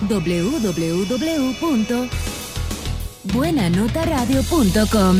www.buenanotaradio.com.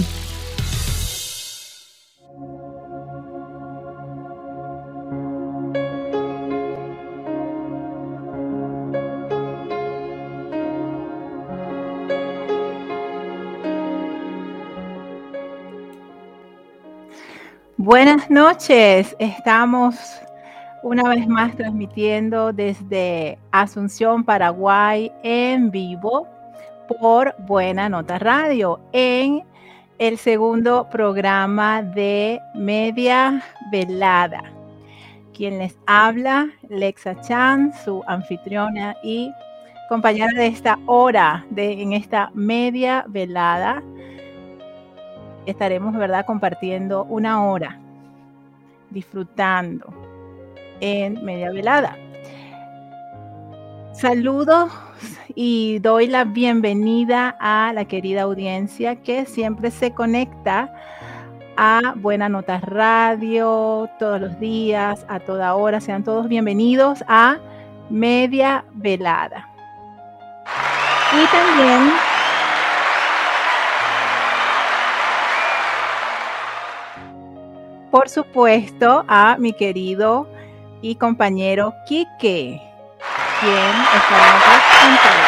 Buenas noches, estamos una vez más transmitiendo desde Asunción, Paraguay, en vivo por Buena Nota Radio, en el segundo programa de Media Velada. Quien les habla, Lexa Chan, su anfitriona y compañera de esta hora, en esta Media Velada. Estaremos, ¿verdad?, compartiendo una hora, disfrutando en Media Velada. Saludos y doy la bienvenida a la querida audiencia que siempre se conecta a Buena Nota Radio todos los días, a toda hora. Sean todos bienvenidos a Media Velada. Y también por supuesto, a mi querido y compañero Quique, quien estará presentando.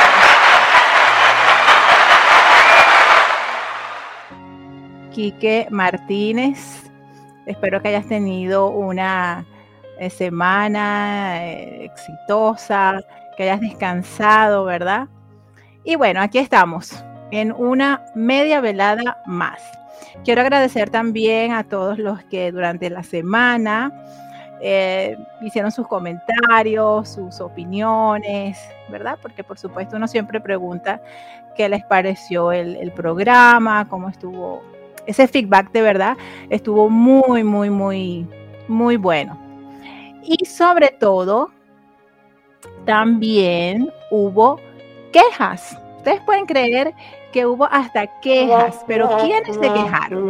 Quique Martínez, espero que hayas tenido una semana exitosa, que hayas descansado, ¿verdad? Y bueno, aquí estamos en una media velada más. Quiero agradecer también a todos los que durante la semana hicieron sus comentarios, sus opiniones, ¿verdad? Porque por supuesto uno siempre pregunta qué les pareció el programa, cómo estuvo. Ese feedback de verdad estuvo muy, muy, muy, muy bueno. Y sobre todo, también hubo quejas. Ustedes pueden creer que hubo hasta quejas, pero ¿quiénes se quejaron?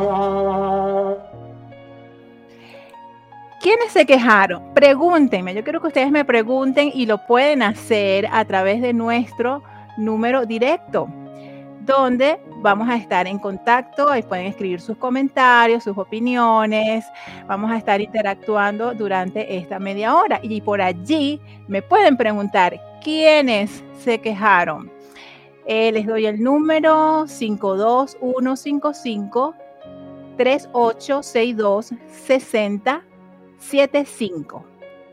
¿Quiénes se quejaron? Pregúntenme, yo quiero que ustedes me pregunten y lo pueden hacer a través de nuestro número directo, donde vamos a estar en contacto. Ahí pueden escribir sus comentarios, sus opiniones. Vamos a estar interactuando durante esta media hora y por allí me pueden preguntar quiénes se quejaron. Les doy el número 52155-3862-6075.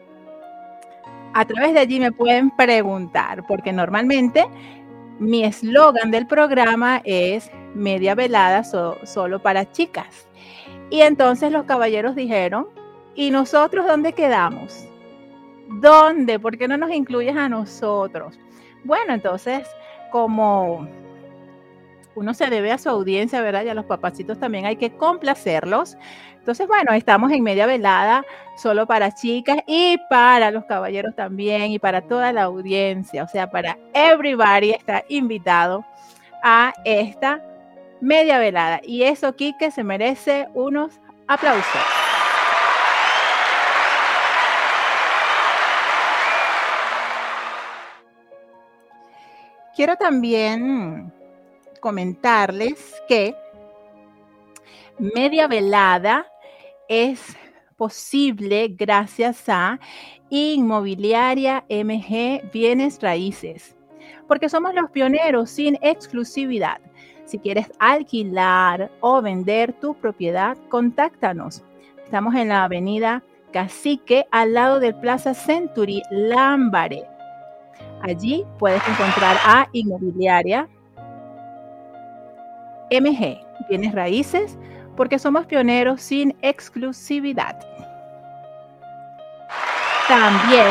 A través de allí me pueden preguntar, porque normalmente mi eslogan del programa es Media Velada solo para chicas. Y entonces los caballeros dijeron, ¿y nosotros dónde quedamos? ¿Dónde? ¿Por qué no nos incluyes a nosotros? Bueno, entonces, como uno se debe a su audiencia, ¿verdad? Y a los papacitos también hay que complacerlos. Entonces, bueno, estamos en Media Velada solo para chicas y para los caballeros también y para toda la audiencia. O sea, para everybody está invitado a esta Media Velada. Y eso, Quique, se merece unos aplausos. Quiero también comentarles que Media Velada es posible gracias a Inmobiliaria MG Bienes Raíces, porque somos los pioneros sin exclusividad. Si quieres alquilar o vender tu propiedad, contáctanos. Estamos en la avenida Cacique, al lado del Plaza Century, Lambaré. Allí puedes encontrar a Inmobiliaria MG Bienes Raíces, porque somos pioneros sin exclusividad. También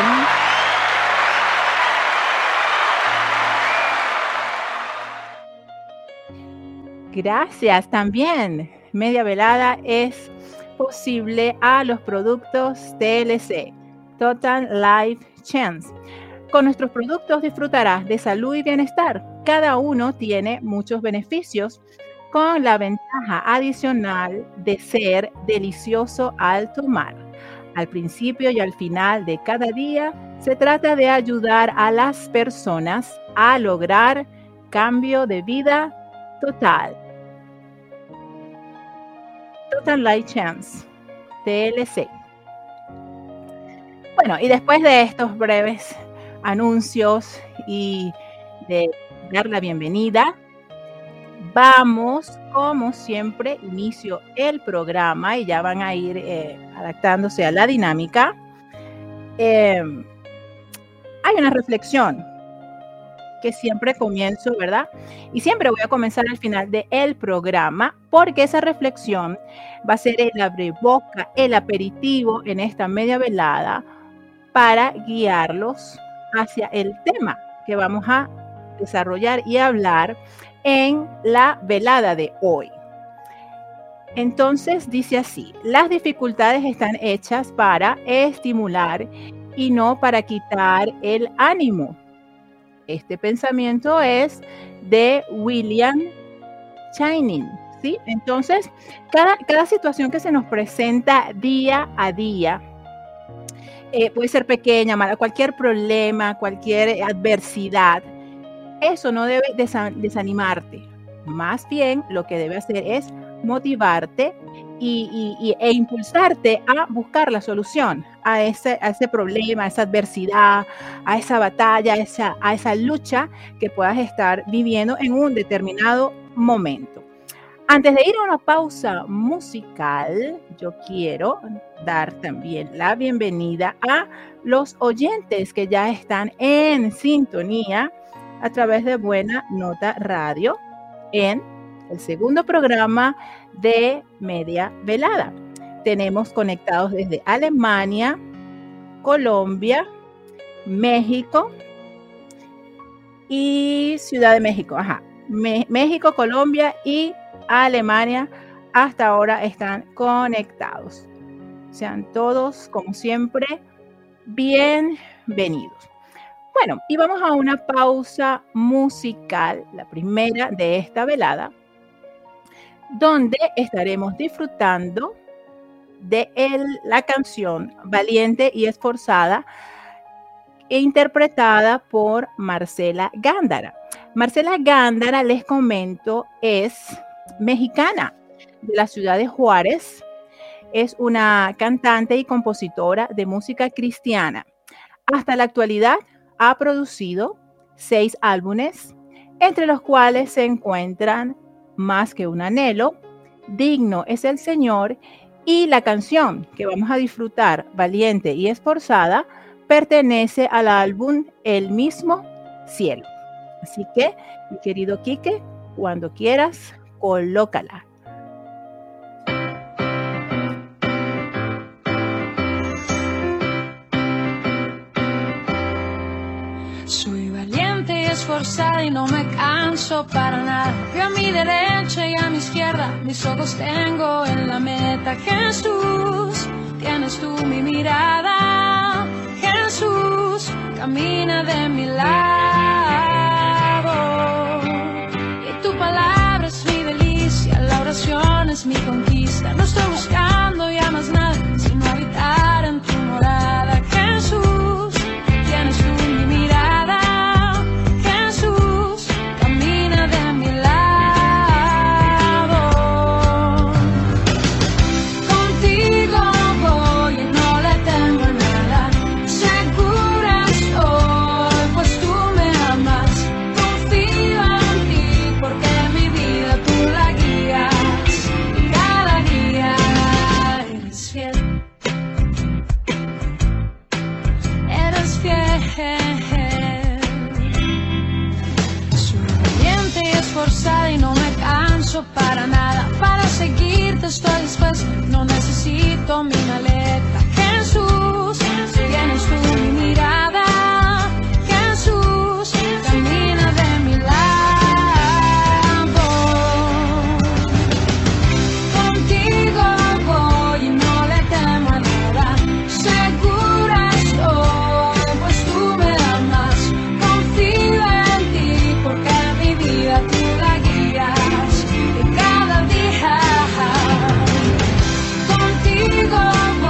gracias, también Media Velada es posible a los productos TLC, Total Life Chance. Con nuestros productos disfrutarás de salud y bienestar. Cada uno tiene muchos beneficios, con la ventaja adicional de ser delicioso al tomar. Al principio y al final de cada día, se trata de ayudar a las personas a lograr cambio de vida total. Total Life Chance, TLC. Bueno, y después de estos breves anuncios y de dar la bienvenida, vamos, como siempre, inicio el programa y ya van a ir adaptándose a la dinámica. Hay una reflexión que siempre comienzo, ¿verdad? Y siempre voy a comenzar al final del programa, porque esa reflexión va a ser el abreboca, el aperitivo en esta media velada para guiarlos hacia el tema que vamos a desarrollar y hablar en la velada de hoy. Entonces dice así: las dificultades están hechas para estimular y no para quitar el ánimo. Este pensamiento es de William Channing, ¿sí? Entonces, cada situación que se nos presenta día a día, puede ser pequeña, mala, cualquier problema, cualquier adversidad, eso no debe desanimarte. Más bien, lo que debe hacer es motivarte e impulsarte a buscar la solución a ese problema, a esa adversidad, a esa batalla, a esa lucha que puedas estar viviendo en un determinado momento. Antes de ir a una pausa musical, yo quiero dar también la bienvenida a los oyentes que ya están en sintonía a través de Buena Nota Radio en el segundo programa de Media Velada. Tenemos conectados desde Alemania, Colombia, México y Ciudad de México. México, Colombia y Alemania hasta ahora están conectados. Sean todos, como siempre, bienvenidos. Bueno, y vamos a una pausa musical, la primera de esta velada, donde estaremos disfrutando de la canción Valiente y Esforzada, interpretada por Marcela Gándara. Marcela Gándara, les comento, es mexicana de la ciudad de Juárez. Es una cantante y compositora de música cristiana. Hasta la actualidad ha producido 6 álbumes, entre los cuales se encuentran Más que un anhelo, Digno es el Señor, y la canción que vamos a disfrutar, Valiente y Esforzada, pertenece al álbum El Mismo Cielo. Así que, mi querido Quique, cuando quieras, colócala. Soy valiente y esforzada y no me canso para nada. Veo a mi derecha y a mi izquierda, mis ojos tengo en la meta. Jesús, tienes tú mi mirada. Jesús, camina de mi lado. Y tu palabra es mi delicia, la oración es mi conquista. No estoy buscando ya más nada, sino habitar en tu morada. Jesús, tienes tú mi mirada. Jesús, camina de mi lado. Contigo voy y no le temo a nada. Segura estoy, pues tú me amas. Confío en ti porque mi vida tú la guías. Y cada día eres fiel. Eres fiel. Soy valiente y esforzada y no me canso para nada. Para seguirte estoy dispuesta, no necesito mi maleta. Jesús, tienes tú mi mirada. Jesús, camina de mi lado. Contigo voy y no le temo a nada. Segura estoy, pues tú me amas. Confío en ti porque mi vida tú la guías. Y cada día contigo voy.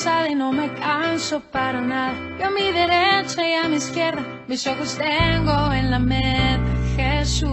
pasada y no me canso para nada. Yo a mi derecha y a mi izquierda, mis ojos tengo en la meta, Jesús.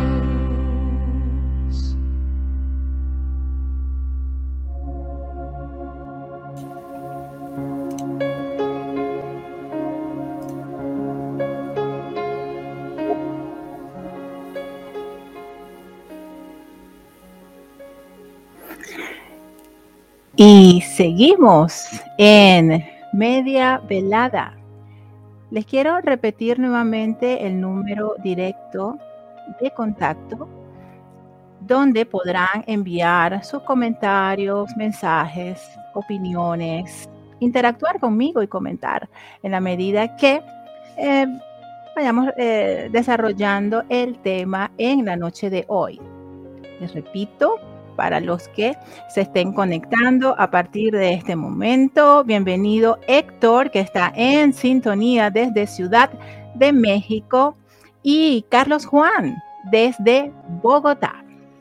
Y seguimos en media velada. Les quiero repetir nuevamente el número directo de contacto donde podrán enviar sus comentarios, mensajes, opiniones, interactuar conmigo y comentar en la medida que vayamos desarrollando el tema en la noche de hoy. Les repito, para los que se estén conectando a partir de este momento, bienvenido Héctor, que está en sintonía desde Ciudad de México, y Carlos Juan desde Bogotá.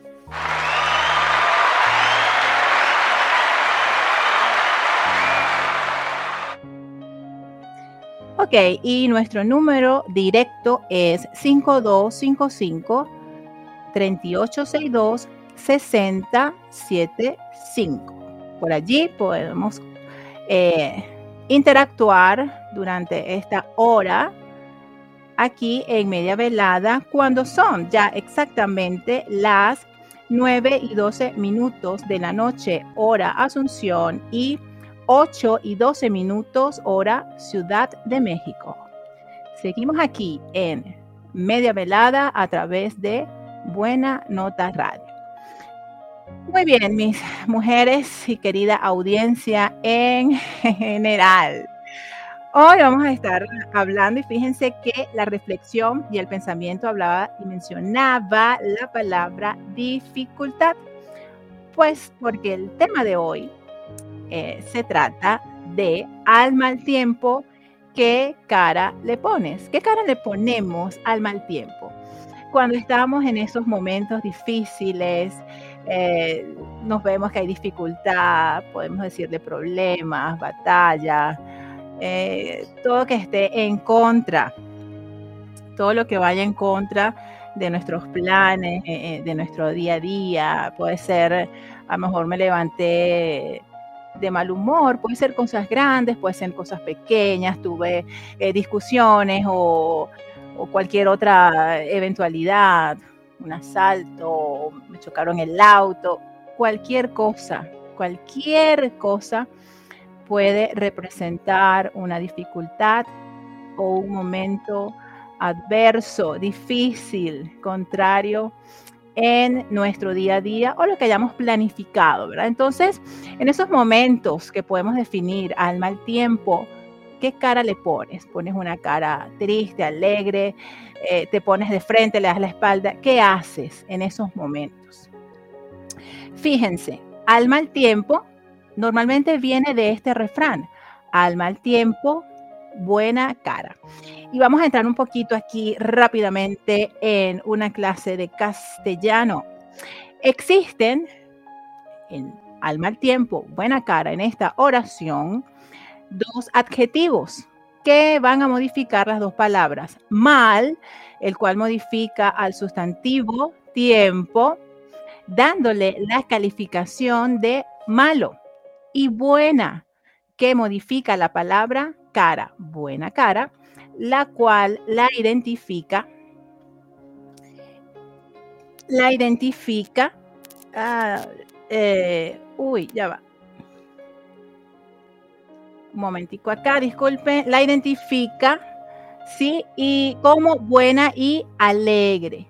Ok, y nuestro número directo es 5255-3862-6075. Por allí podemos interactuar durante esta hora aquí en Media Velada, cuando son ya exactamente las 9:12 de la noche, hora Asunción, y 8:12 hora Ciudad de México. Seguimos aquí en Media Velada a través de Buena Nota Radio. Muy bien, mis mujeres y querida audiencia en general. Hoy vamos a estar hablando, y fíjense que la reflexión y el pensamiento hablaba y mencionaba la palabra dificultad. Pues porque el tema de hoy se trata de al mal tiempo, ¿qué cara le pones? ¿Qué cara le ponemos al mal tiempo? Cuando estamos en esos momentos difíciles, nos vemos que hay dificultad, podemos decirle problemas, batallas, todo que esté en contra, todo lo que vaya en contra de nuestros planes, de nuestro día a día. Puede ser, a lo mejor me levanté de mal humor, puede ser cosas grandes, puede ser cosas pequeñas, tuve discusiones o cualquier otra eventualidad, un asalto, me chocaron el auto, cualquier cosa puede representar una dificultad o un momento adverso, difícil, contrario en nuestro día a día o lo que hayamos planificado, ¿verdad? Entonces, en esos momentos que podemos definir al mal tiempo, ¿qué cara le pones? ¿Pones una cara triste, alegre? ¿Te pones de frente, le das la espalda? ¿Qué haces en esos momentos? Fíjense, al mal tiempo normalmente viene de este refrán: al mal tiempo, buena cara. Y vamos a entrar un poquito aquí rápidamente en una clase de castellano. Existen al mal tiempo, buena cara, en esta oración, dos adjetivos que van a modificar las dos palabras. Mal, el cual modifica al sustantivo tiempo, dándole la calificación de malo. Y buena, que modifica la palabra cara, buena cara, la cual la identifica, ya va. Un momentico acá, disculpen, la identifica, ¿sí? Y como buena y alegre,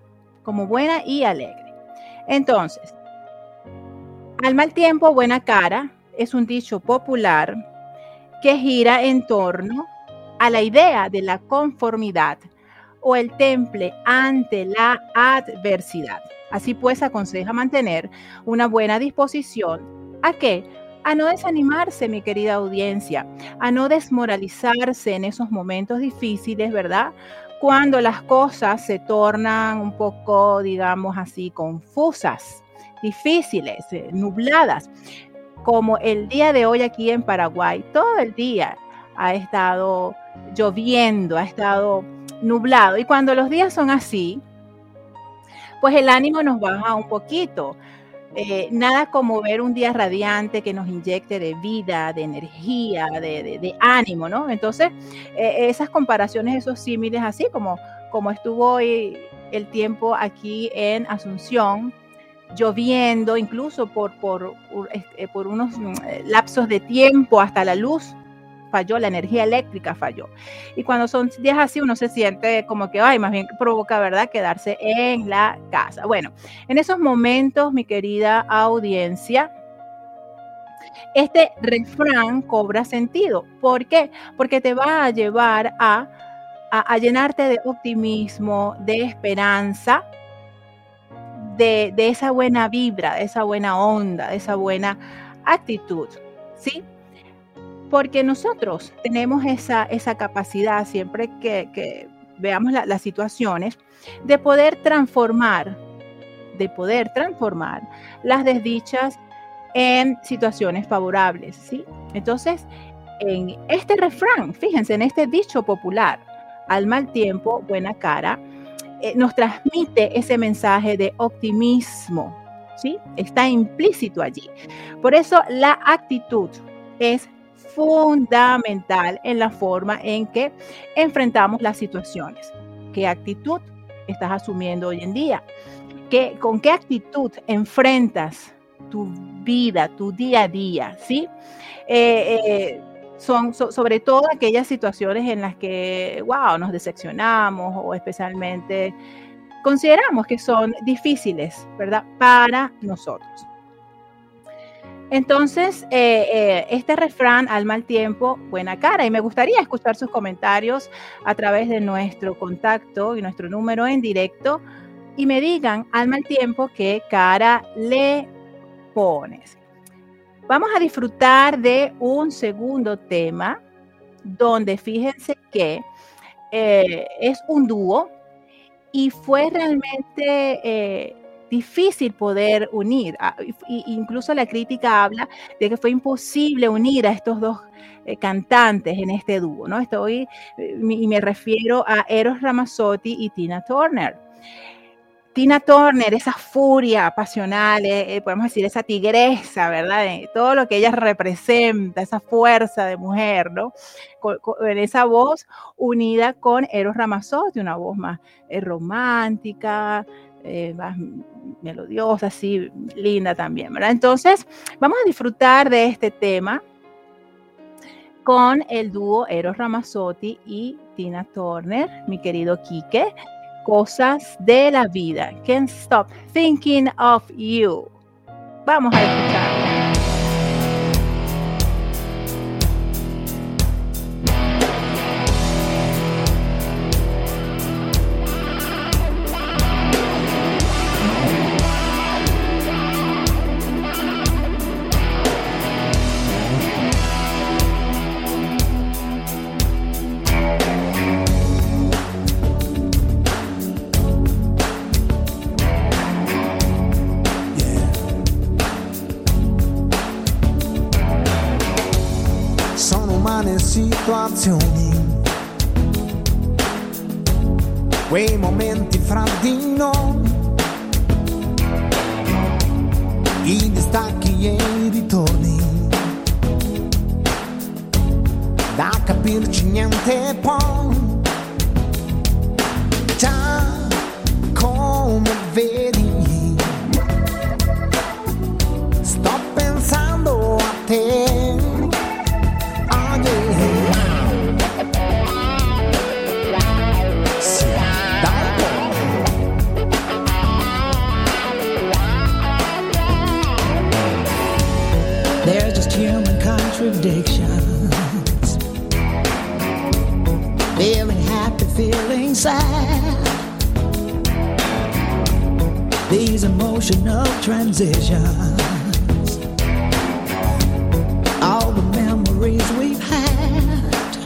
Entonces, al mal tiempo, buena cara es un dicho popular que gira en torno a la idea de la conformidad o el temple ante la adversidad. Así pues, aconseja mantener una buena disposición. ¿A qué? A no desanimarse, mi querida audiencia, a no desmoralizarse en esos momentos difíciles, ¿verdad? Cuando las cosas se tornan un poco, digamos así, confusas, difíciles, nubladas. como el día de hoy aquí en Paraguay, todo el día ha estado lloviendo, ha estado nublado. Y cuando los días son así, pues el ánimo nos baja un poquito. Nada como ver un día radiante que nos inyecte de vida, de energía, de ánimo, ¿no? Entonces, esas comparaciones, esos símiles, así como estuvo hoy el tiempo aquí en Asunción, lloviendo, incluso por unos lapsos de tiempo, hasta la luz falló, la energía eléctrica falló. Y cuando son días así, uno se siente como que, más bien provoca, ¿verdad?, quedarse en la casa. Bueno, en esos momentos, mi querida audiencia, este refrán cobra sentido. ¿Por qué? Porque te va a llevar a llenarte de optimismo, de esperanza, de esa buena vibra, de esa buena onda, de esa buena actitud, ¿sí? Porque nosotros tenemos esa capacidad, siempre que veamos las situaciones, de poder transformar las desdichas en situaciones favorables, ¿sí? Entonces, en este refrán, fíjense, en este dicho popular, al mal tiempo, buena cara, nos transmite ese mensaje de optimismo, ¿sí? Está implícito allí. Por eso la actitud es fundamental en la forma en que enfrentamos las situaciones. ¿Qué actitud estás asumiendo hoy en día? ¿Con qué actitud enfrentas tu vida, tu día a día? ¿Sí? Son sobre todo aquellas situaciones en las que, nos decepcionamos o especialmente consideramos que son difíciles, ¿verdad?, para nosotros. Entonces, este refrán, al mal tiempo, buena cara. Y me gustaría escuchar sus comentarios a través de nuestro contacto y nuestro número en directo y me digan, al mal tiempo, ¿qué cara le pones? Vamos a disfrutar de un segundo tema donde fíjense que es un dúo y fue realmente difícil poder unir. Incluso la crítica habla de que fue imposible unir a estos dos cantantes en este dúo, ¿no? Y me refiero a Eros Ramazzotti y Tina Turner. Tina Turner, esa furia pasional, podemos decir, esa tigresa, ¿verdad? Todo lo que ella representa, esa fuerza de mujer, ¿no? En esa voz unida con Eros Ramazzotti, una voz más romántica, más melodiosa, así, linda también, ¿verdad? Entonces, vamos a disfrutar de este tema con el dúo Eros Ramazzotti y Tina Turner, mi querido Quique. Cosas de la vida. Can't stop thinking of you. Vamos a escucharlo. Situazioni, quei momenti fra di noi, i distacchi e i ritorni, da capirci niente poi, già come vedi, sto pensando a te. Contradictions, feeling happy, feeling sad, these emotional transitions, all the memories we've had.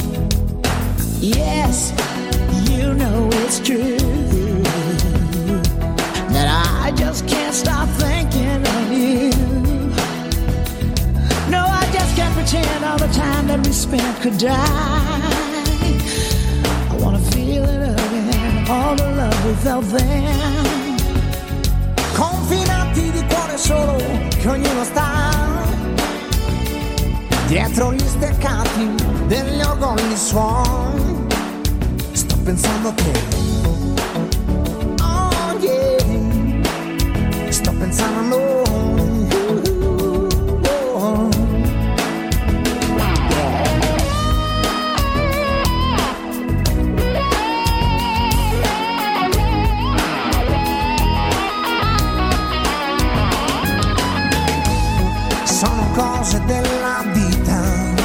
Yes, you know it's true that I just can't stop thinking of you. hoping I could die. I wanna feel it again, all the love without them. Confinati di cuore solo, che ognuno sta dietro gli steccati degli orgogli suon. Sto pensando a te, oh yeah, sto pensando a noi. Sono cose della vita,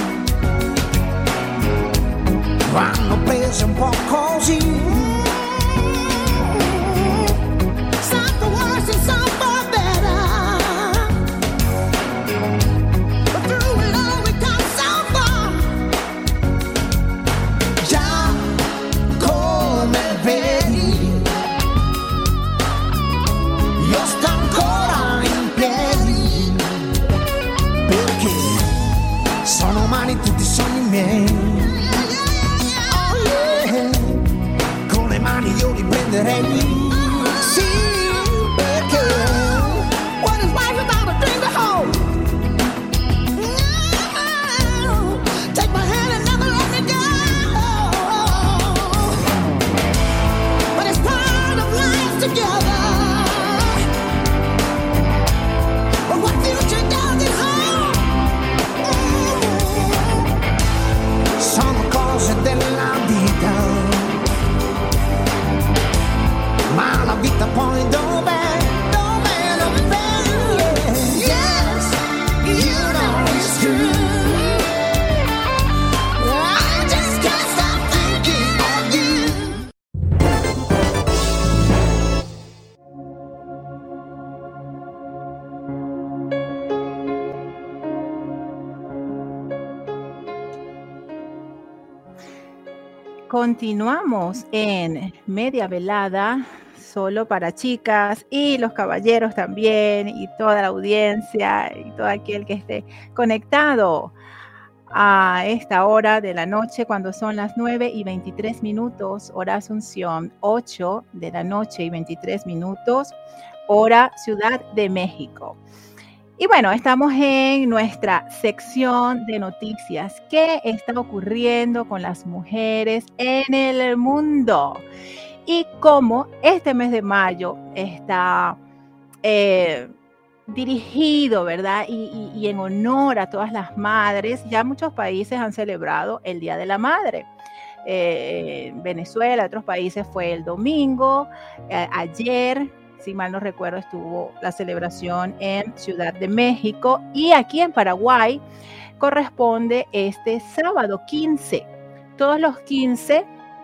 vanno prese un po' così. Some for worse and some for better, but through it all we come so far. Già come vedi, io sto ancora in piedi, perché sono umani tutti i sogni miei. Io li prenderei, sì, perché what is life without a dream to hold? No, take my hand and never let me go. But it's part of life together. But what future does it hold? Sono cose della vita, ma la vita poi dov'è? Yes, you know it's true. I just can't stop thinking of you. Continuamos en Media Velada, solo para chicas, y los caballeros también, y toda la audiencia, y todo aquel que esté conectado a esta hora de la noche, cuando son las 9:23, hora Asunción, 8 de la noche y 23 minutos, hora Ciudad de México. Y bueno, estamos en nuestra sección de noticias. ¿Qué está ocurriendo con las mujeres en el mundo? Y cómo este mes de mayo está dirigido, ¿verdad? Y en honor a todas las madres. Ya muchos países han celebrado el Día de la Madre. Venezuela, otros países fue el domingo. Ayer, si mal no recuerdo, estuvo la celebración en Ciudad de México, y aquí en Paraguay corresponde este sábado 15. Todos los 15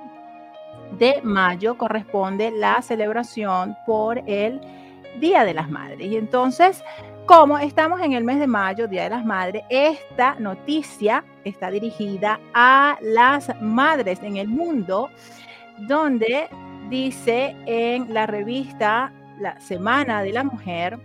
de mayo corresponde la celebración por el Día de las Madres. Y entonces, como estamos en el mes de mayo, Día de las Madres, esta noticia está dirigida a las madres en el mundo, donde dice en la revista La Semana de la Mujer,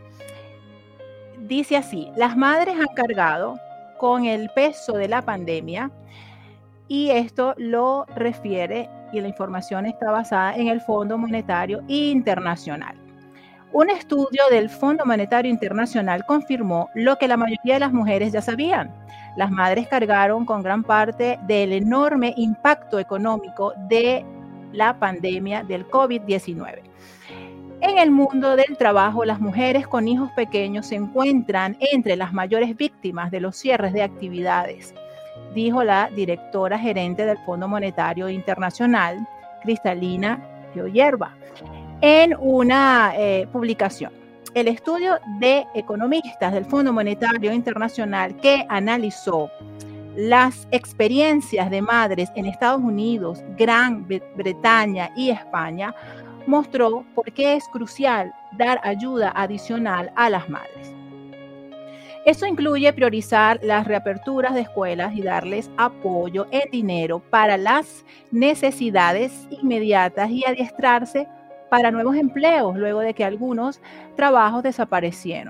dice así: las madres han cargado con el peso de la pandemia, y esto lo refiere, y la información está basada en el Fondo Monetario Internacional. Un estudio del Fondo Monetario Internacional confirmó lo que la mayoría de las mujeres ya sabían. Las madres cargaron con gran parte del enorme impacto económico de la pandemia del COVID-19. En el mundo del trabajo, las mujeres con hijos pequeños se encuentran entre las mayores víctimas de los cierres de actividades, dijo la directora gerente del Fondo Monetario Internacional, Cristalina Georgieva, en una publicación. El estudio de economistas del Fondo Monetario Internacional, que analizó las experiencias de madres en Estados Unidos, Gran Bretaña y España, mostró por qué es crucial dar ayuda adicional a las madres. Eso incluye priorizar las reaperturas de escuelas y darles apoyo en dinero para las necesidades inmediatas y adiestrarse para nuevos empleos luego de que algunos trabajos desaparecieron.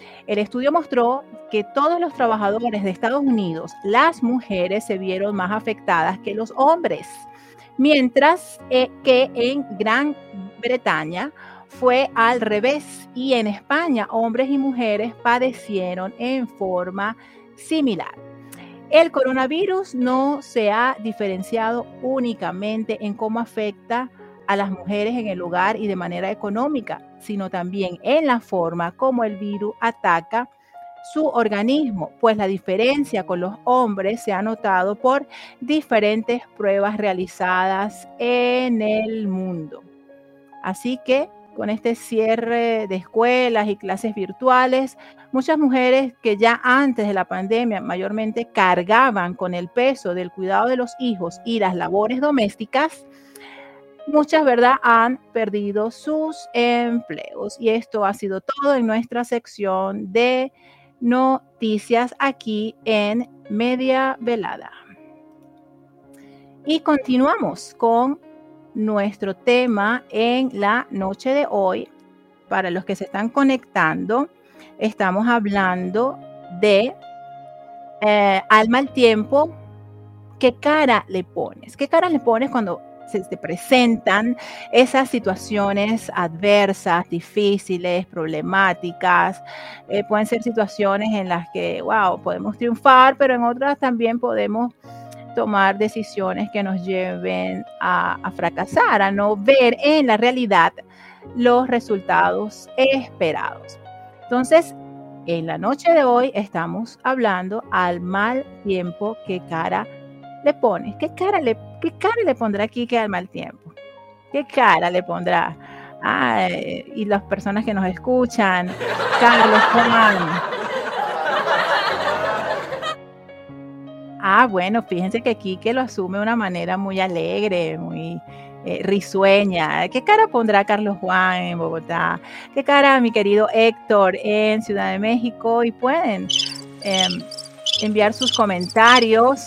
El estudio mostró que todos los trabajadores de Estados Unidos, las mujeres se vieron más afectadas que los hombres, mientras que en Gran Bretaña fue al revés y en España hombres y mujeres padecieron en forma similar. El coronavirus no se ha diferenciado únicamente en cómo afecta a las mujeres en el hogar y de manera económica, sino también en la forma como el virus ataca su organismo, pues la diferencia con los hombres se ha notado por diferentes pruebas realizadas en el mundo. Así que con este cierre de escuelas y clases virtuales, muchas mujeres que ya antes de la pandemia mayormente cargaban con el peso del cuidado de los hijos y las labores domésticas, muchas, ¿verdad?, han perdido sus empleos. Y esto ha sido todo en nuestra sección de noticias aquí en Media Velada. Y continuamos con nuestro tema en la noche de hoy. Para los que se están conectando, estamos hablando de al mal tiempo, ¿qué cara le pones? ¿Qué cara le pones cuando se presentan esas situaciones adversas, difíciles, problemáticas? Pueden ser situaciones en las que, wow, podemos triunfar, pero en otras también podemos tomar decisiones que nos lleven a fracasar, a no ver en la realidad los resultados esperados. Entonces, en la noche de hoy estamos hablando al mal tiempo, ¿qué cara le pones? ¿Qué cara le pondrá aquí que al mal tiempo? ¿Qué cara le pondrá? Y las personas que nos escuchan, Carlos, Juan. Bueno, fíjense que aquí que lo asume de una manera muy alegre, muy risueña. ¿Qué cara pondrá Carlos Juan en Bogotá? ¿Qué cara mi querido Héctor en Ciudad de México? Y pueden enviar sus comentarios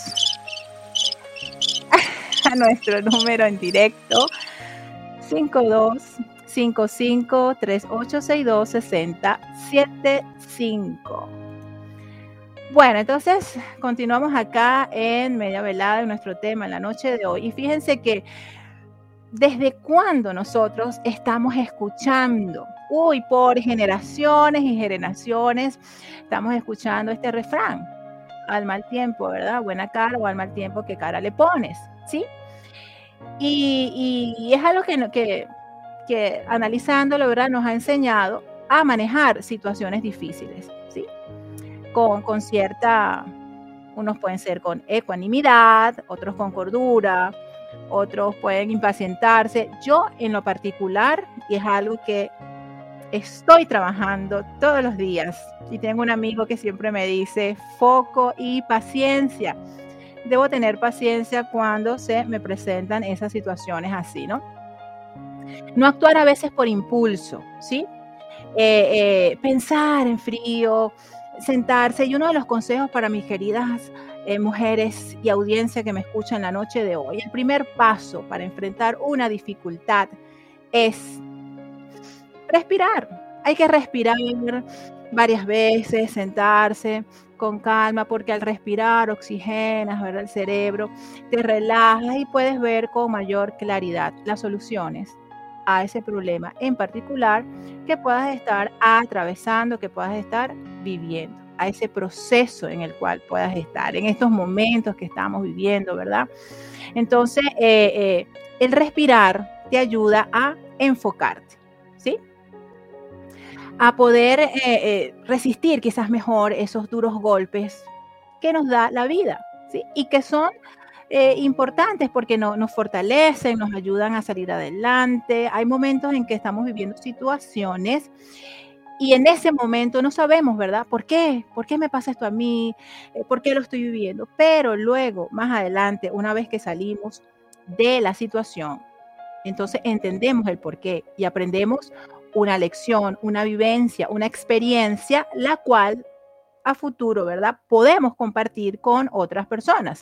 a nuestro número en directo 5255-3862-6075. Bueno, entonces continuamos acá en Media Velada en nuestro tema en la noche de hoy. Y fíjense que desde cuándo nosotros estamos escuchando, por generaciones y generaciones, estamos escuchando este refrán, al mal tiempo, ¿verdad? Buena cara, o al mal tiempo, ¿qué cara le pones? ¿Sí? Y es algo que analizándolo, ¿verdad?, nos ha enseñado a manejar situaciones difíciles, ¿sí? Con cierta, unos pueden ser con ecuanimidad, otros con cordura, otros pueden impacientarse. Yo en lo particular, y es algo que estoy trabajando todos los días, y tengo un amigo que siempre me dice, foco y paciencia. Debo tener paciencia cuando se me presentan esas situaciones así, ¿no? No actuar a veces por impulso, ¿sí? Pensar en frío, sentarse. Y uno de los consejos para mis queridas mujeres y audiencia que me escuchan la noche de hoy, el primer paso para enfrentar una dificultad es respirar. Hay que respirar varias veces, sentarse con calma, porque al respirar oxigenas, ¿verdad?, el cerebro, te relajas y puedes ver con mayor claridad las soluciones a ese problema en particular que puedas estar atravesando, que puedas estar viviendo, a ese proceso en el cual puedas estar, en estos momentos que estamos viviendo, ¿verdad? Entonces, el respirar te ayuda a enfocarte, ¿sí? A poder resistir quizás mejor esos duros golpes que nos da la vida, ¿sí? Y que son importantes porque nos fortalecen, nos ayudan a salir adelante. Hay momentos en que estamos viviendo situaciones y en ese momento no sabemos, ¿verdad? ¿Por qué? ¿Por qué me pasa esto a mí? ¿Por qué lo estoy viviendo? Pero luego, más adelante, una vez que salimos de la situación, entonces entendemos el por qué y aprendemos una lección, una vivencia, una experiencia, la cual a futuro, ¿verdad?, podemos compartir con otras personas.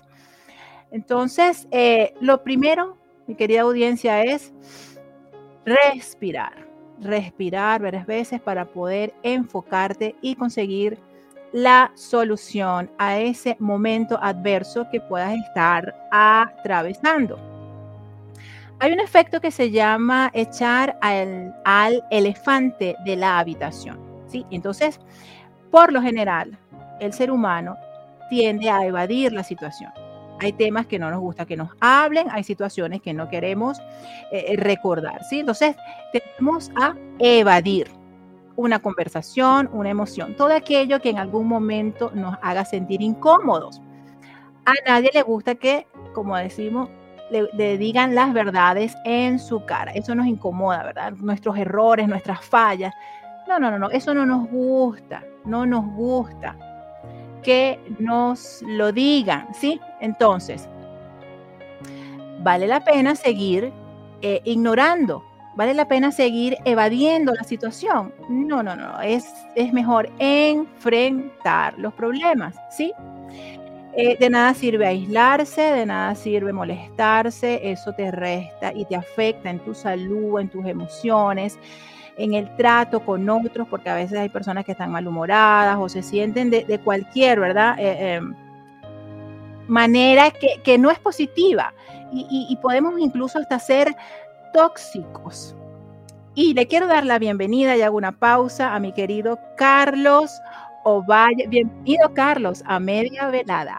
Entonces, lo primero, mi querida audiencia, es respirar. respirar varias veces para poder enfocarte y conseguir la solución a ese momento adverso que puedas estar atravesando. Hay un efecto que se llama echar al elefante de la habitación, ¿sí? Entonces, por lo general, el ser humano tiende a evadir la situación. Hay temas que no nos gusta que nos hablen, hay situaciones que no queremos recordar, ¿sí? Entonces, tendemos a evadir una conversación, una emoción, todo aquello que en algún momento nos haga sentir incómodos. A nadie le gusta que, como decimos, le digan las verdades en su cara. Eso nos incomoda, ¿verdad? Nuestros errores, nuestras fallas. No, eso no nos gusta, no nos gusta que nos lo digan, ¿sí? Entonces, vale la pena seguir ignorando, vale la pena seguir evadiendo la situación. No, es mejor enfrentar los problemas, ¿sí? De nada sirve aislarse, de nada sirve molestarse, eso te resta y te afecta en tu salud, en tus emociones, en el trato con otros, porque a veces hay personas que están malhumoradas o se sienten de cualquier, ¿verdad? Manera que no es positiva y podemos incluso hasta ser tóxicos. Y le quiero dar la bienvenida y hago una pausa a mi querido Carlos Ovalle. Bienvenido, Carlos, a Media Velada.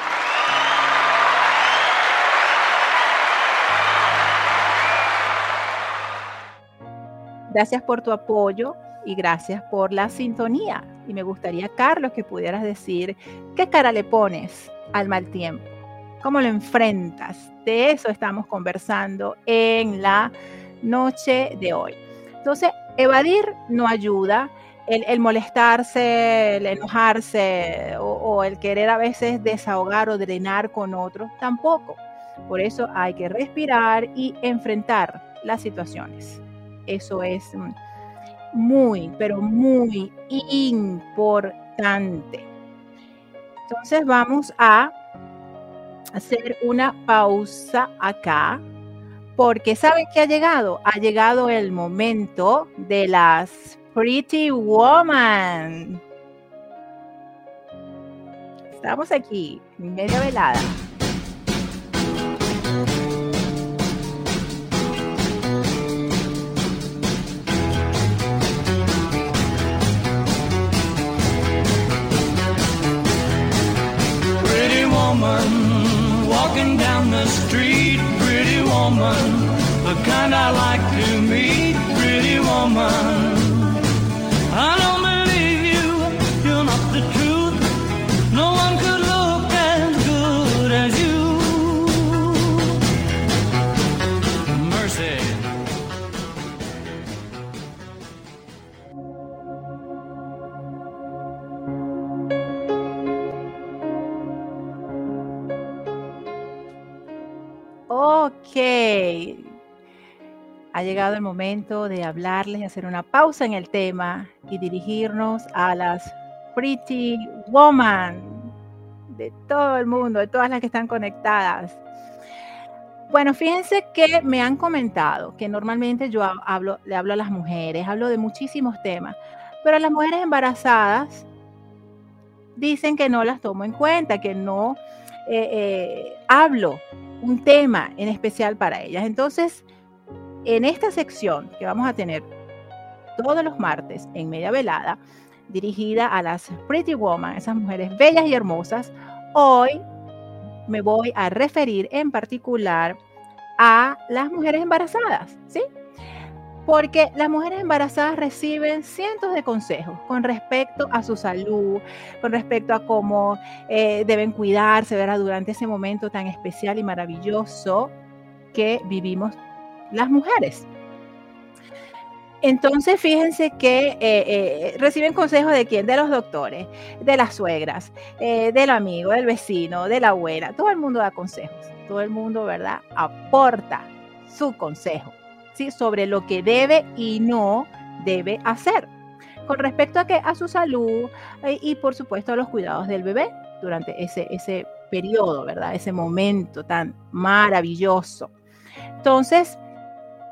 Gracias por tu apoyo y gracias por la sintonía. Y me gustaría, Carlos, que pudieras decir qué cara le pones al mal tiempo, cómo lo enfrentas. De eso estamos conversando en la noche de hoy. Entonces, evadir no ayuda. El molestarse, el enojarse o el querer a veces desahogar o drenar con otros, tampoco. Por eso hay que respirar y enfrentar las situaciones. Eso es muy, pero muy importante. Entonces vamos a hacer una pausa acá, porque ¿saben qué ha llegado? Ha llegado el momento de las Pretty Woman. Estamos aquí, en Media Velada. Pretty woman, walking down the street. Pretty woman, the kind I like to meet. Pretty woman, I don't believe you, you're not the truth. No one could look as good as you. Mercy. Ok. Ha llegado el momento de hablarles, hacer una pausa en el tema y dirigirnos a las Pretty Woman de todo el mundo, de todas las que están conectadas. Bueno, fíjense que me han comentado que normalmente yo le hablo a las mujeres, hablo de muchísimos temas, pero las mujeres embarazadas dicen que no las tomo en cuenta, que no hablo un tema en especial para ellas. Entonces, en esta sección que vamos a tener todos los martes en Media Velada, dirigida a las Pretty Woman, esas mujeres bellas y hermosas, hoy me voy a referir en particular a las mujeres embarazadas, ¿sí? Porque las mujeres embarazadas reciben cientos de consejos con respecto a su salud, con respecto a cómo deben cuidarse, ¿verdad? Durante ese momento tan especial y maravilloso que vivimos las mujeres. Entonces, fíjense que reciben consejos ¿de quién? De los doctores, de las suegras, del amigo, del vecino, de la abuela. Todo el mundo da consejos. Todo el mundo, ¿verdad? Aporta su consejo, ¿sí? Sobre lo que debe y no debe hacer. Con respecto a, a su salud y, por supuesto, a los cuidados del bebé durante ese periodo, ¿verdad? Ese momento tan maravilloso. Entonces,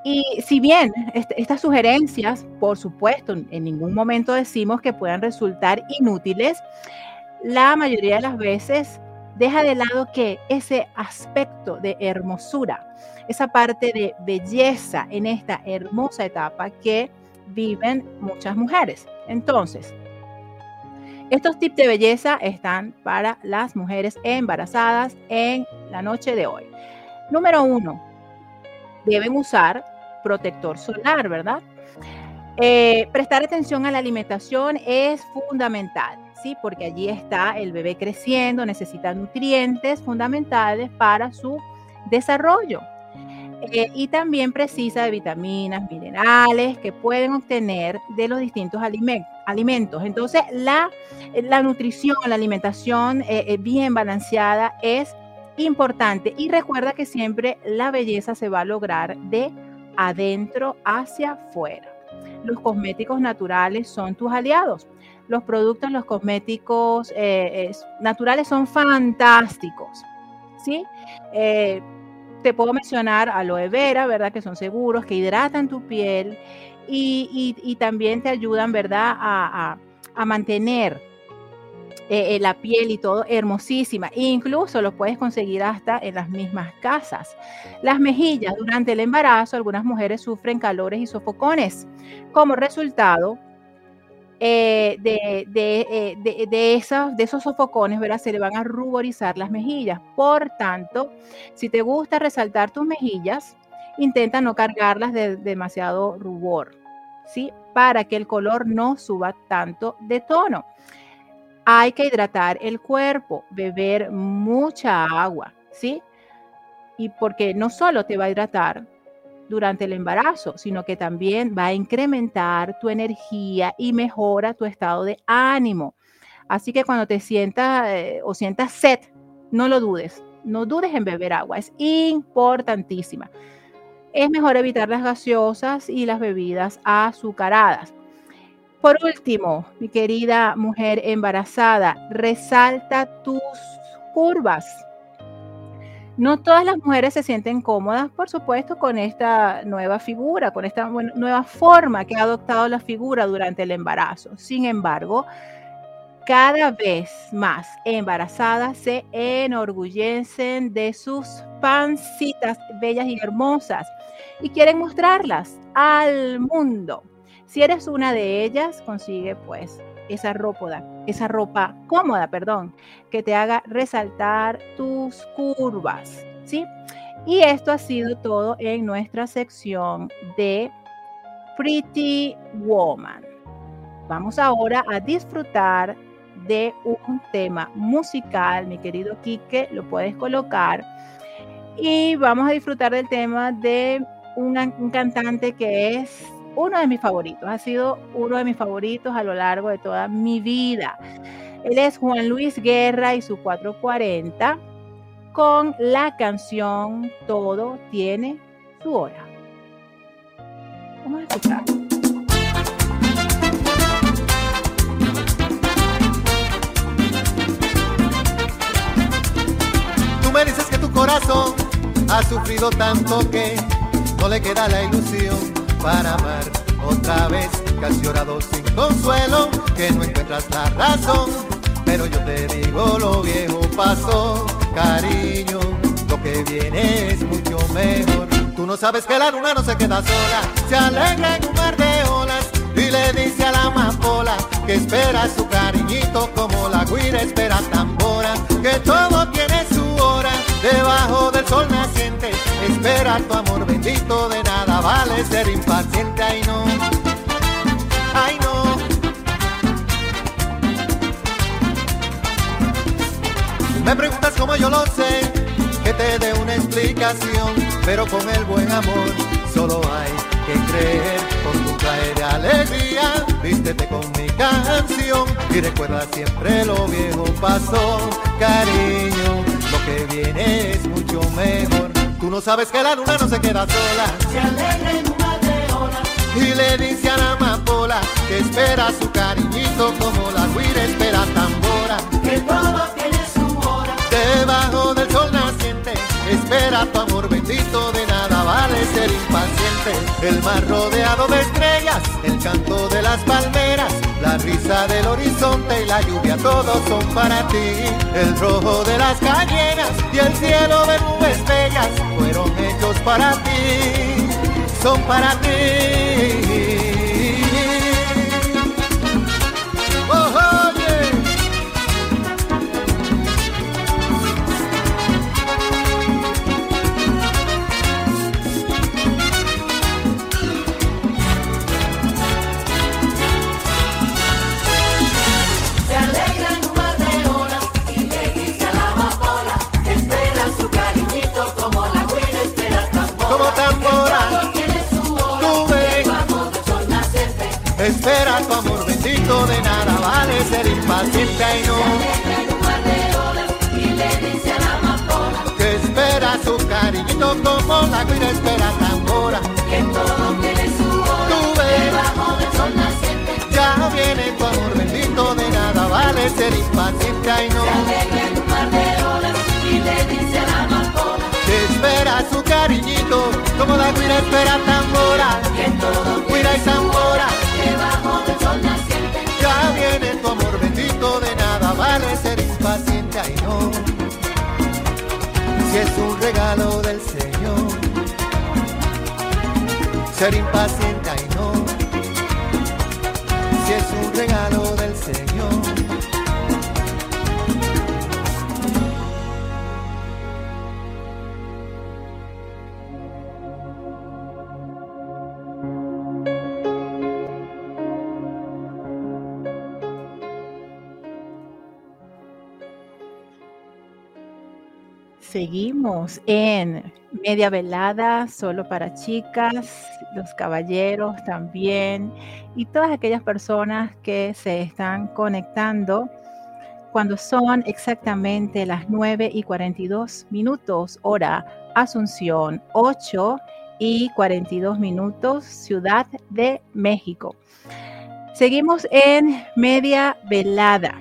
Y si bien estas sugerencias, por supuesto, en ningún momento decimos que puedan resultar inútiles, la mayoría de las veces deja de lado que ese aspecto de hermosura, esa parte de belleza en esta hermosa etapa que viven muchas mujeres. Entonces, estos tips de belleza están para las mujeres embarazadas en la noche de hoy. Número 1, deben usar protector solar, ¿verdad? Prestar atención a la alimentación es fundamental, ¿sí? Porque allí está el bebé creciendo, necesita nutrientes fundamentales para su desarrollo. Y también precisa de vitaminas, minerales que pueden obtener de los distintos alimentos. Entonces, la nutrición, la alimentación bien balanceada es importante. Y recuerda que siempre la belleza se va a lograr de adentro hacia afuera. Los cosméticos naturales son tus aliados. Los productos, los cosméticos naturales son fantásticos, ¿sí? Te puedo mencionar aloe vera, ¿verdad? Que son seguros, que hidratan tu piel y también te ayudan, ¿verdad? A mantener la piel y todo hermosísima. E incluso lo puedes conseguir hasta en las mismas casas. Las mejillas durante el embarazo, algunas mujeres sufren calores y sofocones. Como resultado de esos sofocones, ¿verdad? Se le van a ruborizar las mejillas. Por tanto, si te gusta resaltar tus mejillas, intenta no cargarlas de demasiado rubor, ¿sí? Para que el color no suba tanto de tono. Hay que hidratar el cuerpo, beber mucha agua, ¿sí? Y porque no solo te va a hidratar durante el embarazo, sino que también va a incrementar tu energía y mejora tu estado de ánimo. Así que cuando te sientas o sientas sed, no lo dudes, no dudes en beber agua, es importantísima. Es mejor evitar las gaseosas y las bebidas azucaradas. Por último, mi querida mujer embarazada, resalta tus curvas. No todas las mujeres se sienten cómodas, por supuesto, con esta nueva figura, con esta nueva forma que ha adoptado la figura durante el embarazo. Sin embargo, cada vez más embarazadas se enorgullecen de sus pancitas bellas y hermosas y quieren mostrarlas al mundo. Si eres una de ellas, consigue pues esa ropa cómoda, que te haga resaltar tus curvas, ¿sí? Y esto ha sido todo en nuestra sección de Pretty Woman. Vamos ahora a disfrutar de un tema musical, mi querido Quique, lo puedes colocar. Y vamos a disfrutar del tema de un cantante que es uno de mis favoritos, ha sido uno de mis favoritos a lo largo de toda mi vida. Él es Juan Luis Guerra y su 440 con la canción Todo tiene su hora. Vamos a escuchar. Tú me dices que tu corazón ha sufrido tanto que no le queda la ilusión para amar otra vez, que has llorado sin consuelo, que no encuentras la razón, pero yo te digo lo viejo pasó, cariño, lo que viene es mucho mejor. Tú no sabes que la luna no se queda sola, se alegra en un mar de olas y le dice a la amapola que espera su cariñito como la guira espera tambora, que todo tiene su hora, debajo del sol naciente, espera tu amor bendito, de nada vale ser impaciente, ay no, ay no. Me preguntas cómo yo lo sé, que te dé una explicación, pero con el buen amor solo hay que creer, por tu traje de alegría, vístete con mi canción y recuerda siempre lo viejo pasó, cariño, lo que viene es mucho mejor. Tú no sabes que la luna no se queda sola, se alegra en un mar de olas y le dice a la amapola que espera su cariñito como la guira espera tambora, que todo tiene su hora, debajo del sol naciente, espera espera tu amor bendito, de nada vale ser impaciente. El mar rodeado de estrellas, el canto de las palmeras, la risa del horizonte y la lluvia, todos son para ti. El rojo de las cañeras y el cielo de nubes bellas fueron hechos para ti, son para ti. Espera tu amor bendito, de nada vale ser impaciente. Ay no, que espera su cariñito como la guira espera tambora. Que todo tiene su hora, debajo del sol naciente. Ya viene tu amor bendito, de nada vale ser impaciente. Ay no, Se alegra en un mar de olas y le dice a la amapola. que espera su cariñito como la guira espera tambora. Que todo Guira y tiene su tambora. hora, debajo del sol naciente. Ya viene tu amor bendito, de nada vale ser impaciente. Ay no, si es un regalo del Señor, ser impaciente. Ay no, si es un regalo del Señor. Seguimos en Media Velada, solo para chicas, los caballeros también, y todas aquellas personas que se están conectando cuando son exactamente las 9:42, hora Asunción, 8:42, Ciudad de México. Seguimos en Media Velada.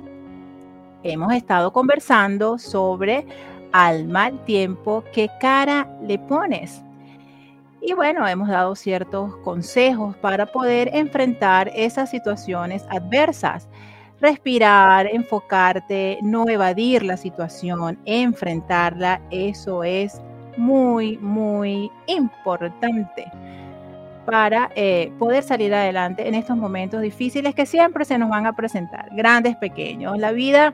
Hemos estado conversando sobre al mal tiempo, ¿qué cara le pones? Y bueno, hemos dado ciertos consejos para poder enfrentar esas situaciones adversas. Respirar, enfocarte, no evadir la situación, enfrentarla, eso es muy, muy importante para poder salir adelante en estos momentos difíciles que siempre se nos van a presentar, grandes, pequeños. La vida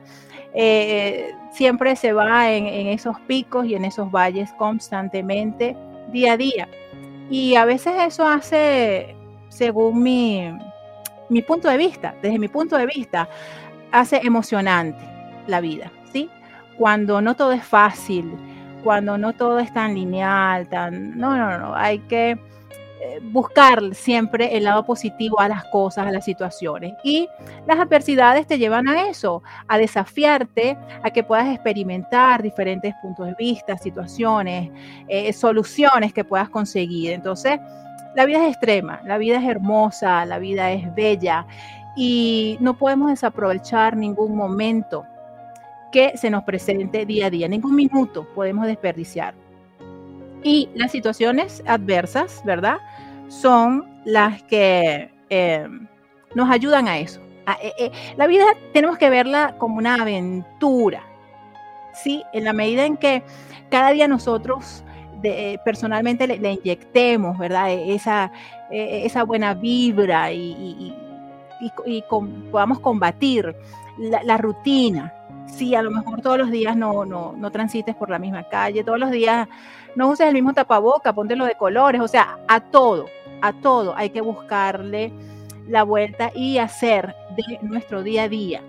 siempre se va en esos picos y en esos valles constantemente, día a día. Y a veces eso hace, según mi punto de vista, desde mi punto de vista, hace emocionante la vida, ¿sí? Cuando no todo es fácil, cuando no todo es tan lineal, no, hay que buscar siempre el lado positivo a las cosas, a las situaciones. Y las adversidades te llevan a eso, a desafiarte, a que puedas experimentar diferentes puntos de vista, situaciones, soluciones que puedas conseguir. Entonces, la vida es extrema, la vida es hermosa, la vida es bella y no podemos desaprovechar ningún momento que se nos presente día a día, ningún minuto podemos desperdiciar. Y las situaciones adversas, ¿verdad?, son las que nos ayudan a eso. La vida tenemos que verla como una aventura, ¿sí? En la medida en que cada día nosotros personalmente le inyectemos, ¿verdad?, esa buena vibra y podamos combatir la rutina. Sí, a lo mejor todos los días no transites por la misma calle, todos los días no uses el mismo tapaboca, póntelo de colores, o sea, a todo hay que buscarle la vuelta y hacer de nuestro día a día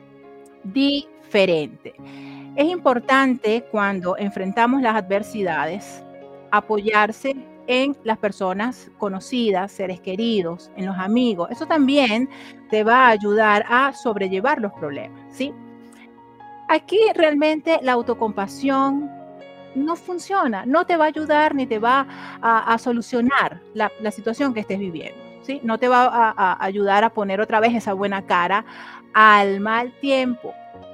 diferente. Es importante cuando enfrentamos las adversidades apoyarse en las personas conocidas, seres queridos, en los amigos. Eso también te va a ayudar a sobrellevar los problemas, ¿sí? Aquí realmente la autocompasión no funciona, no te va a ayudar ni te va a solucionar la situación que estés viviendo, ¿sí? No te va a ayudar a poner otra vez esa buena cara al mal tiempo.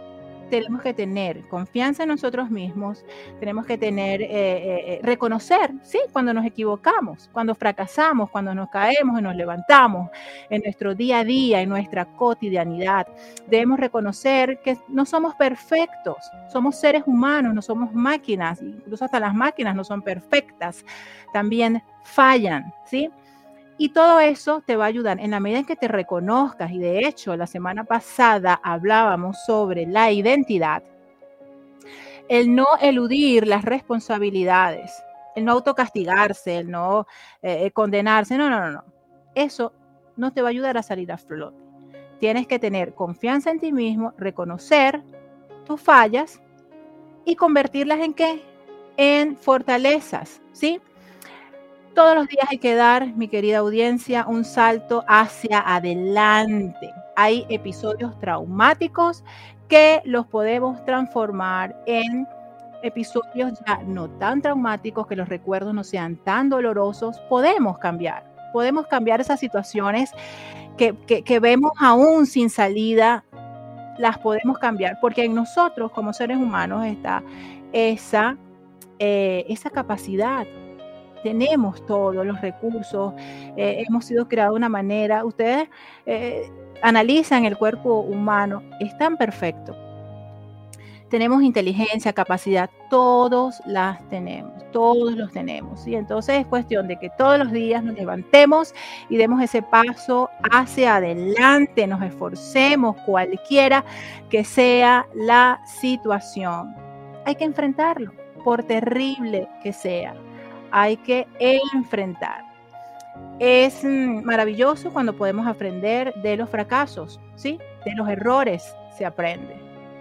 tenemos que tener confianza en nosotros mismos, tenemos que tener, reconocer, ¿sí? Cuando nos equivocamos, cuando fracasamos, cuando nos caemos y nos levantamos en nuestro día a día, en nuestra cotidianidad. Debemos reconocer que no somos perfectos, somos seres humanos, no somos máquinas, incluso hasta las máquinas no son perfectas, también fallan, ¿sí? Y todo eso te va a ayudar en la medida en que te reconozcas. Y de hecho, la semana pasada hablábamos sobre la identidad. El no eludir las responsabilidades, el no autocastigarse, el no condenarse. No. Eso no te va a ayudar a salir a flote. Tienes que tener confianza en ti mismo, reconocer tus fallas y convertirlas ¿en qué? En fortalezas, ¿sí? Todos los días hay que dar, mi querida audiencia, un salto hacia adelante. Hay episodios traumáticos que los podemos transformar en episodios ya no tan traumáticos, que los recuerdos no sean tan dolorosos. Podemos cambiar esas situaciones que vemos aún sin salida, las podemos cambiar, porque en nosotros como seres humanos está esa capacidad. Tenemos todos los recursos, hemos sido creados de una manera. Ustedes analizan el cuerpo humano, es tan perfecto. Tenemos inteligencia, capacidad, todos los tenemos. ¿Sí? Entonces es cuestión de que todos los días nos levantemos y demos ese paso hacia adelante, nos esforcemos, cualquiera que sea la situación. Hay que enfrentarlo, por terrible que sea. Hay que enfrentar. Es maravilloso cuando podemos aprender de los fracasos, ¿sí? De los errores se aprende.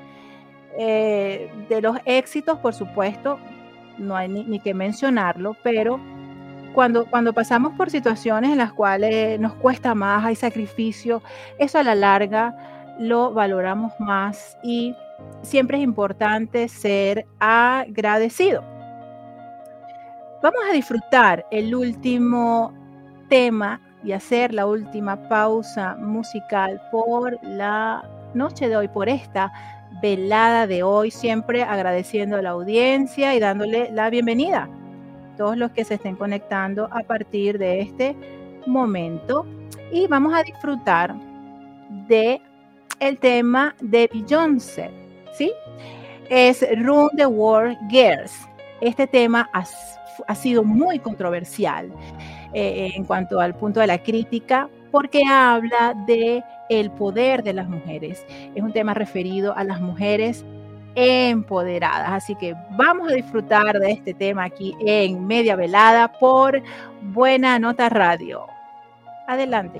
De los éxitos, por supuesto, no hay ni que mencionarlo, pero cuando pasamos por situaciones en las cuales nos cuesta más, hay sacrificio, eso a la larga lo valoramos más y siempre es importante ser agradecido. Vamos a disfrutar el último tema y hacer la última pausa musical por la noche de hoy, por esta velada de hoy, siempre agradeciendo a la audiencia y dándole la bienvenida a todos los que se estén conectando a partir de este momento. Y vamos a disfrutar de el tema de Beyoncé, ¿sí? Es Run the World Girls. Este tema ha sido muy controversial en cuanto al punto de la crítica, porque habla de el poder de las mujeres. Es un tema referido a las mujeres empoderadas. Así que vamos a disfrutar de este tema aquí en Media Velada por Buena Nota Radio. Adelante.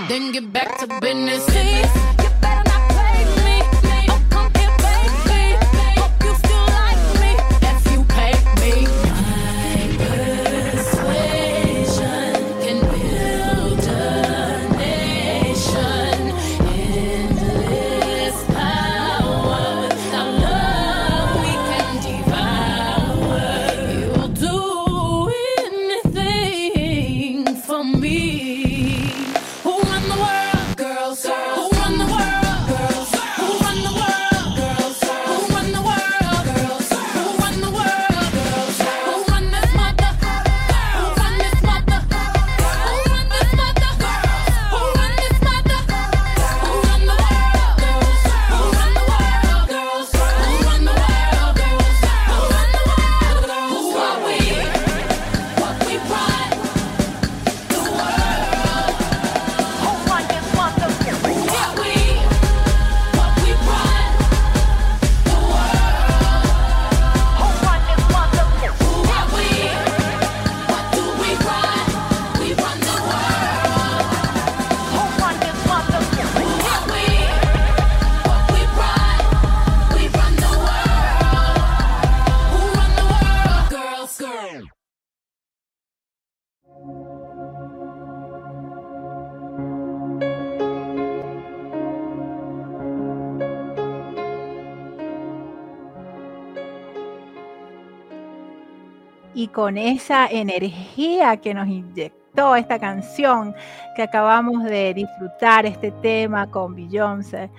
then get back to business. Please, you better not play me. Oh, come here, baby. Hope you still like me if you pay me. My persuasion can build a nation. Endless power. Without love, we can devour. You'll do anything for me. Who run the world? Girls. Who run the world? Girls. Who run the world? Girls. Who run the world? Girls. Who run the world? Girls. Who run this mother? Who run this mother? Who run this mother? Who run this mother? Who run the world? Girls. Who run the world? Girls. Who run the world? Girls. Who run the world? Who are we? What we pride? The world. Who run this mother? Who are we? What we pride? The world. Who run this mother? Who are we? What do we pride? We run the world. Who run this mother? Who are we? What we pride? We run the world. Who run the world? Girls. Y con esa energía que nos inyectó esta canción que acabamos de disfrutar, este tema con Beyoncé,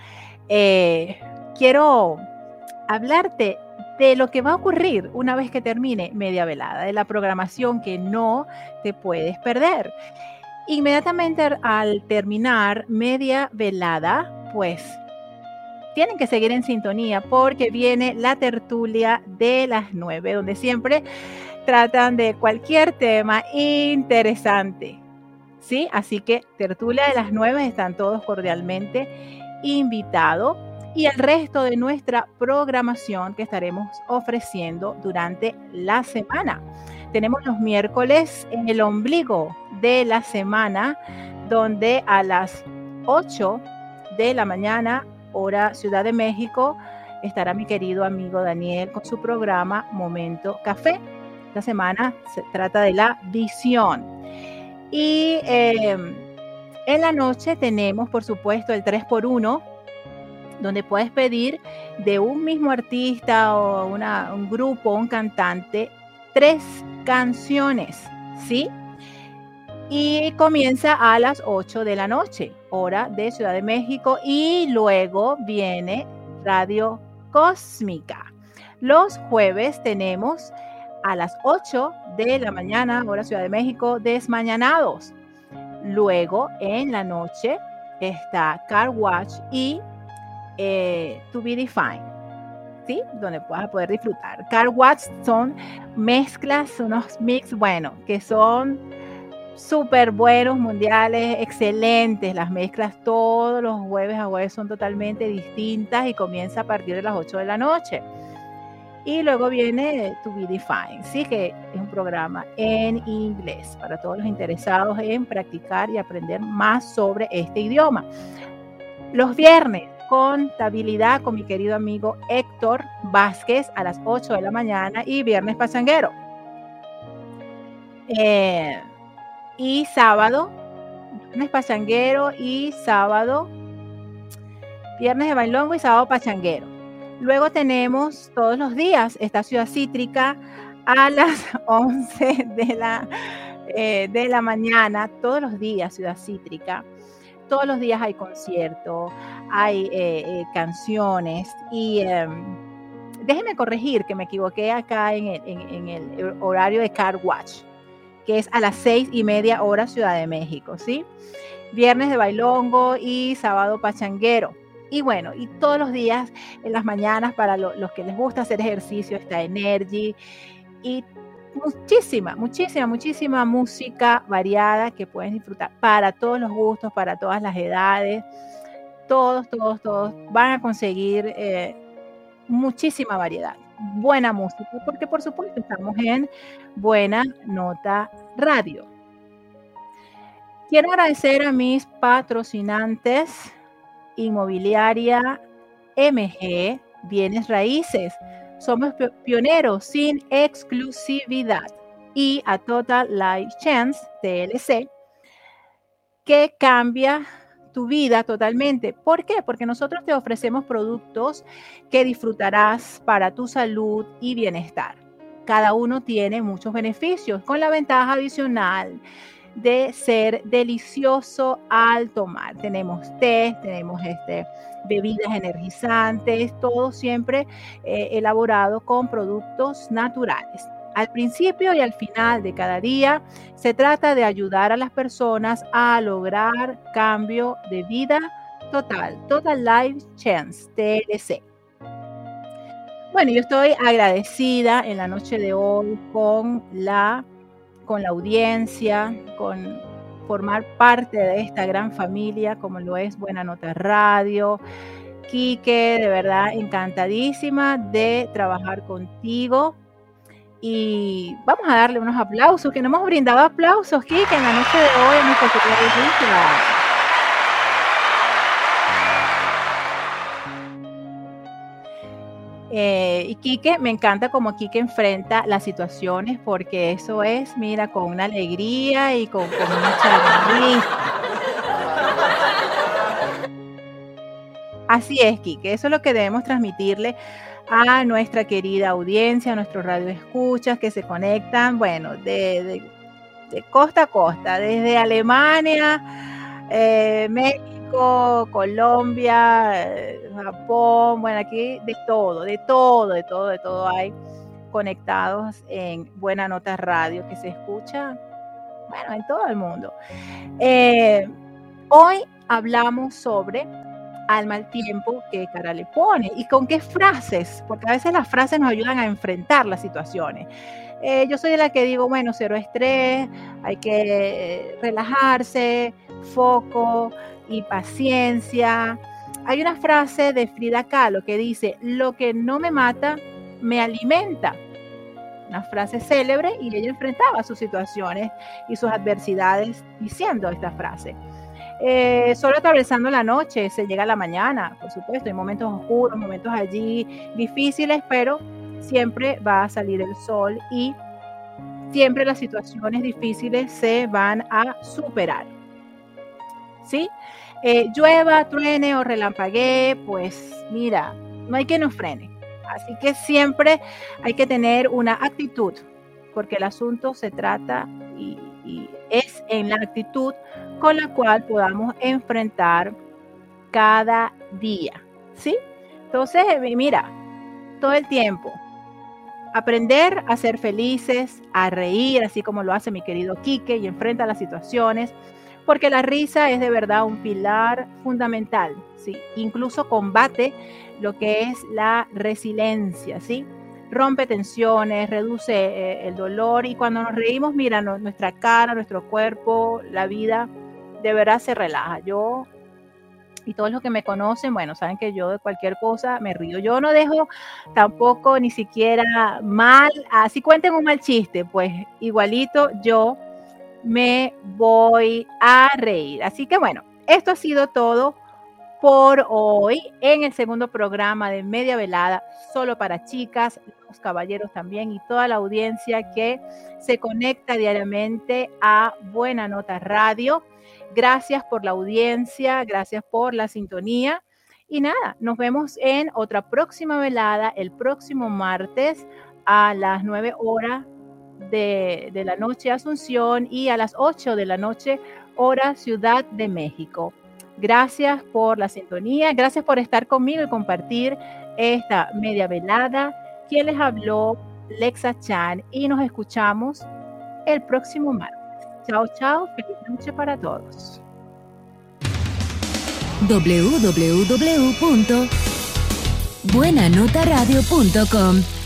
quiero hablarte de lo que va a ocurrir una vez que termine Media Velada, de la programación que no te puedes perder. Inmediatamente al terminar Media Velada, pues tienen que seguir en sintonía porque viene la tertulia de las 9, donde siempre tratan de cualquier tema interesante, ¿sí? Así que tertulia de las 9, están todos cordialmente invitados, y el resto de nuestra programación que estaremos ofreciendo durante la semana. Tenemos los miércoles en el ombligo de la semana, donde a las 8 de la mañana, hora Ciudad de México, estará mi querido amigo Daniel con su programa Momento Café. Esta semana se trata de la visión. Y en la noche tenemos, por supuesto, el 3x1, donde puedes pedir de un mismo artista o un grupo, un cantante, 3 canciones, ¿sí? Y comienza a las 8 de la noche, hora de Ciudad de México, y luego viene Radio Cósmica. Los jueves tenemos a las 8 de la mañana, hora Ciudad de México, Desmañanados. Luego, en la noche, está Car Watch y To Be Defined, ¿sí? Donde vas a poder disfrutar. Car Watch son mezclas, unos mix, bueno, que son súper buenos, mundiales, excelentes. Las mezclas todos los jueves a jueves son totalmente distintas y comienza a partir de las 8 de la noche. Y luego viene To Be Defined, ¿sí? Que es un programa en inglés para todos los interesados en practicar y aprender más sobre este idioma. Los viernes, contabilidad con mi querido amigo Héctor Vázquez a las 8 de la mañana, y viernes pachanguero. Y sábado, viernes pachanguero y sábado, viernes de bailongo y sábado pachanguero. Luego tenemos todos los días esta Ciudad Cítrica a las 11 de la mañana, todos los días Ciudad Cítrica. Todos los días hay conciertos, hay canciones, y déjenme corregir que me equivoqué acá en el horario de Car Watch, que es a las 6:30 hora Ciudad de México, ¿sí? Viernes de bailongo y sábado pachanguero. Y bueno, y todos los días en las mañanas para los que les gusta hacer ejercicio está Energy, y muchísima música variada que pueden disfrutar para todos los gustos, para todas las edades. Todos van a conseguir muchísima variedad, buena música, porque por supuesto estamos en Buena Nota Radio. Quiero agradecer a mis patrocinantes, Inmobiliaria MG, Bienes Raíces. Somos pioneros sin exclusividad. Y a Total Life Chance, TLC, que cambia tu vida totalmente. ¿Por qué? Porque nosotros te ofrecemos productos que disfrutarás para tu salud y bienestar. Cada uno tiene muchos beneficios, con la ventaja adicional de ser delicioso al tomar. Tenemos té, tenemos bebidas energizantes, todo siempre elaborado con productos naturales. Al principio y al final de cada día se trata de ayudar a las personas a lograr cambio de vida total. Total Life Chance, TLC. Bueno, yo estoy agradecida en la noche de hoy con la audiencia, con formar parte de esta gran familia como lo es Buena Nota Radio. Quique, de verdad encantadísima de trabajar contigo. Y vamos a darle unos aplausos, que no hemos brindado aplausos, Quique, en la noche de hoy en nuestra y Quique, me encanta como Quique enfrenta las situaciones, porque eso es, mira, con una alegría y con mucha risa. Así es, Quique, eso es lo que debemos transmitirle a nuestra querida audiencia, a nuestros radioescuchas que se conectan, bueno, de costa a costa, desde Alemania, México, Colombia, Japón, bueno, aquí de todo hay conectados en Buena Nota Radio, que se escucha, bueno, en todo el mundo. Hoy hablamos sobre al mal tiempo que cara le pone y con qué frases, porque a veces las frases nos ayudan a enfrentar las situaciones. Yo soy de la que digo, bueno, cero estrés, hay que relajarse, foco y paciencia. Hay una frase de Frida Kahlo que dice, lo que no me mata, me alimenta. Una frase célebre, y ella enfrentaba sus situaciones y sus adversidades diciendo esta frase. Solo atravesando la noche se llega a la mañana, por supuesto, hay momentos oscuros, momentos allí difíciles, pero siempre va a salir el sol y siempre las situaciones difíciles se van a superar, ¿sí? Llueva, truene o relampaguee, pues mira, no hay que nos frene, así que siempre hay que tener una actitud, porque el asunto se trata y es en la actitud con la cual podamos enfrentar cada día, ¿sí? Entonces, mira, todo el tiempo, aprender a ser felices, a reír, así como lo hace mi querido Quique, y enfrenta las situaciones, porque la risa es de verdad un pilar fundamental, ¿sí? Incluso combate lo que es la resiliencia, ¿sí? Rompe tensiones, reduce el dolor, y cuando nos reímos, mira, nuestra cara, nuestro cuerpo, la vida, de verdad se relaja. Yo, y todos los que me conocen, bueno, saben que yo de cualquier cosa me río. Yo no dejo tampoco ni siquiera mal, así cuenten un mal chiste, pues igualito yo me voy a reír. Así que bueno, esto ha sido todo por hoy en el segundo programa de Media Velada, solo para chicas, los caballeros también y toda la audiencia que se conecta diariamente a Buena Nota Radio. Gracias por la audiencia, gracias por la sintonía y nada, nos vemos en otra próxima velada el próximo martes a las 9 horas de la noche Asunción y a las 8 de la noche hora Ciudad de México. Gracias por la sintonía, gracias por estar conmigo y compartir esta media velada. Quien les habló, Lexa Chan, y nos escuchamos el próximo martes. Chao, chao, feliz noche para todos. www.buenanotaradio.com